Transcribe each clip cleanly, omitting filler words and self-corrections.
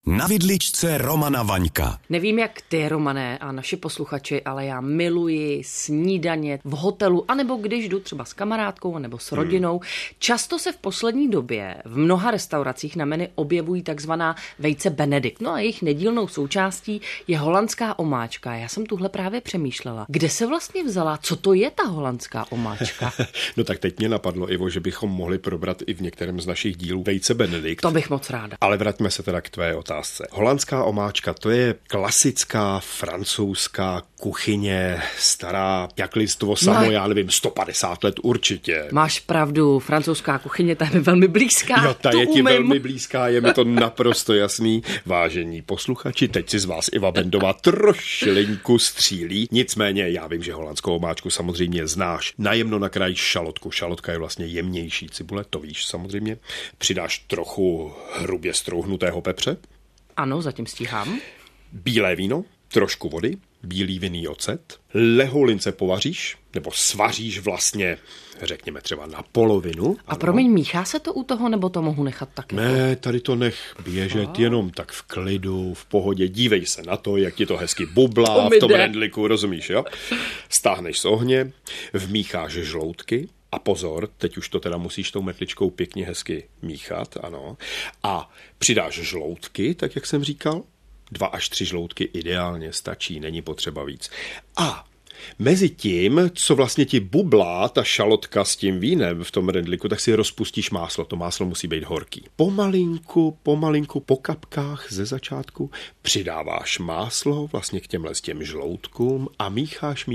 Na vidličce Romana Vaňka. Nevím, jak ty, Romané, a naši posluchači, ale já miluji snídaně v hotelu, anebo když jdu třeba s kamarádkou, nebo s rodinou. Často se v poslední době v mnoha restauracích na menu objevují takzvaná vejce Benedikt. No a jejich nedílnou součástí je holandská omáčka. Já jsem tuhle právě přemýšlela. Kde se vlastně vzala? Co to je ta holandská omáčka? No tak teď mě napadlo, Ivo, že bychom mohli probrat i v některém z našich dílů vejce Benedikt. To bych moc ráda. Ale vraťme se teda k tvé otázce. Holandská omáčka, to je klasická francouzská kuchyně, stará jak lidstvo samo, já nevím, 150 let určitě. Máš pravdu, francouzská kuchyně, ta je mi velmi blízká. Jo, ta je ti velmi blízká, je mi to naprosto jasný. Vážení posluchači, teď si z vás Iva Bendová trošilinku střílí. Nicméně já vím, že holandskou omáčku samozřejmě znáš. Najemno nakrájíš šalotku. Šalotka je vlastně jemnější cibule, to víš samozřejmě. Přidáš trochu hrubě strouhnutého pepře. Ano, zatím stíhám. Bílé víno, trošku vody, bílý vinný ocet, lehoulince povaříš, nebo svaříš vlastně, řekněme třeba na polovinu. A promiň, míchá se to u toho, nebo to mohu nechat taky? Ne, tady to nech běžet jenom tak v klidu, v pohodě. Dívej se na to, jak ti to hezky bublá v tom rendliku, rozumíš, jo? Stáhneš z ohně, vmícháš žloutky. A pozor, teď už to teda musíš tou metličkou pěkně hezky míchat, ano. A přidáš žloutky, tak jak jsem říkal. 2 až 3 žloutky ideálně stačí, není potřeba víc. A mezi tím, co vlastně ti bublá ta šalotka s tím vínem v tom rendliku, tak si rozpustíš máslo. To máslo musí být horký. Pomalinku, po kapkách ze začátku přidáváš máslo vlastně k těm žloutkům a mícháš.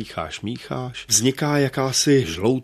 Vzniká jakási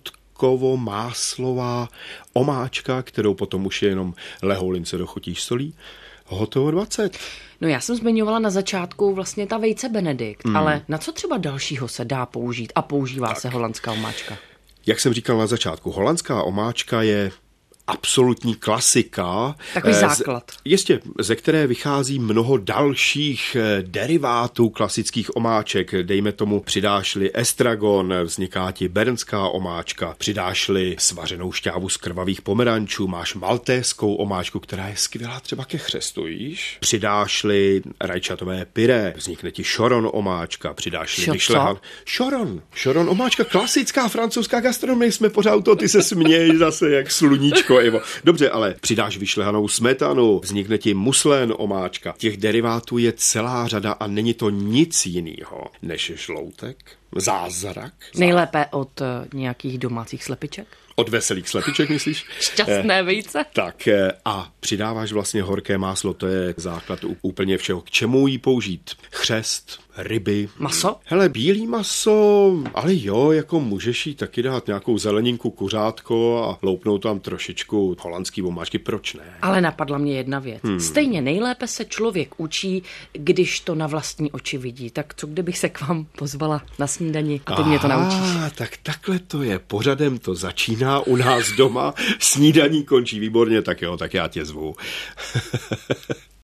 žloutkovo-máslová omáčka, kterou potom už jenom lehoulince dochutíš solí. Hotovo 20. No já jsem zmiňovala na začátku vlastně ta vejce Benedikt, ale na co třeba dalšího se dá použít a používá se holandská omáčka? Jak jsem říkal na začátku, holandská omáčka je absolutní klasika. Takový základ. Jistě, ze které vychází mnoho dalších derivátů klasických omáček. Dejme tomu, přidáš-li estragon, vzniká ti bernská omáčka. Přidáš-li svařenou šťávu z krvavých pomerančů, máš maltéskou omáčku, která je skvělá třeba ke chřestu, víš? Přidáš-li rajčatové pyré, vznikne ti šoron omáčka. Přidáš-li vyšlehan... Šoron omáčka, klasická francouzská gastronomie, jsme pořád to, ty se směj zase jak sluníčko. Ivo. Dobře, ale přidáš vyšlehanou smetanu, vznikne ti muslén omáčka. Těch derivátů je celá řada a není to nic jiného než žloutek, zázrak. Nejlépe od nějakých domácích slepiček? Od veselých slepiček, myslíš? Šťastné vejce. Tak a přidáváš vlastně horké máslo, to je základ úplně všeho. K čemu jí použít? Chřest, ryby. Maso? Hele, bílý maso, ale jo, jako můžeš jí taky dát nějakou zeleninku, kuřátko a loupnout tam trošičku holandský omáčky, proč ne? Ale napadla mě jedna věc. Stejně nejlépe se člověk učí, když to na vlastní oči vidí. Tak co kdybych se k vám pozvala na snídani a ty mě to naučíš? Tak takhle to je. Pořadem to začíná u nás doma, snídaní končí výborně, tak jo, tak já tě zvu.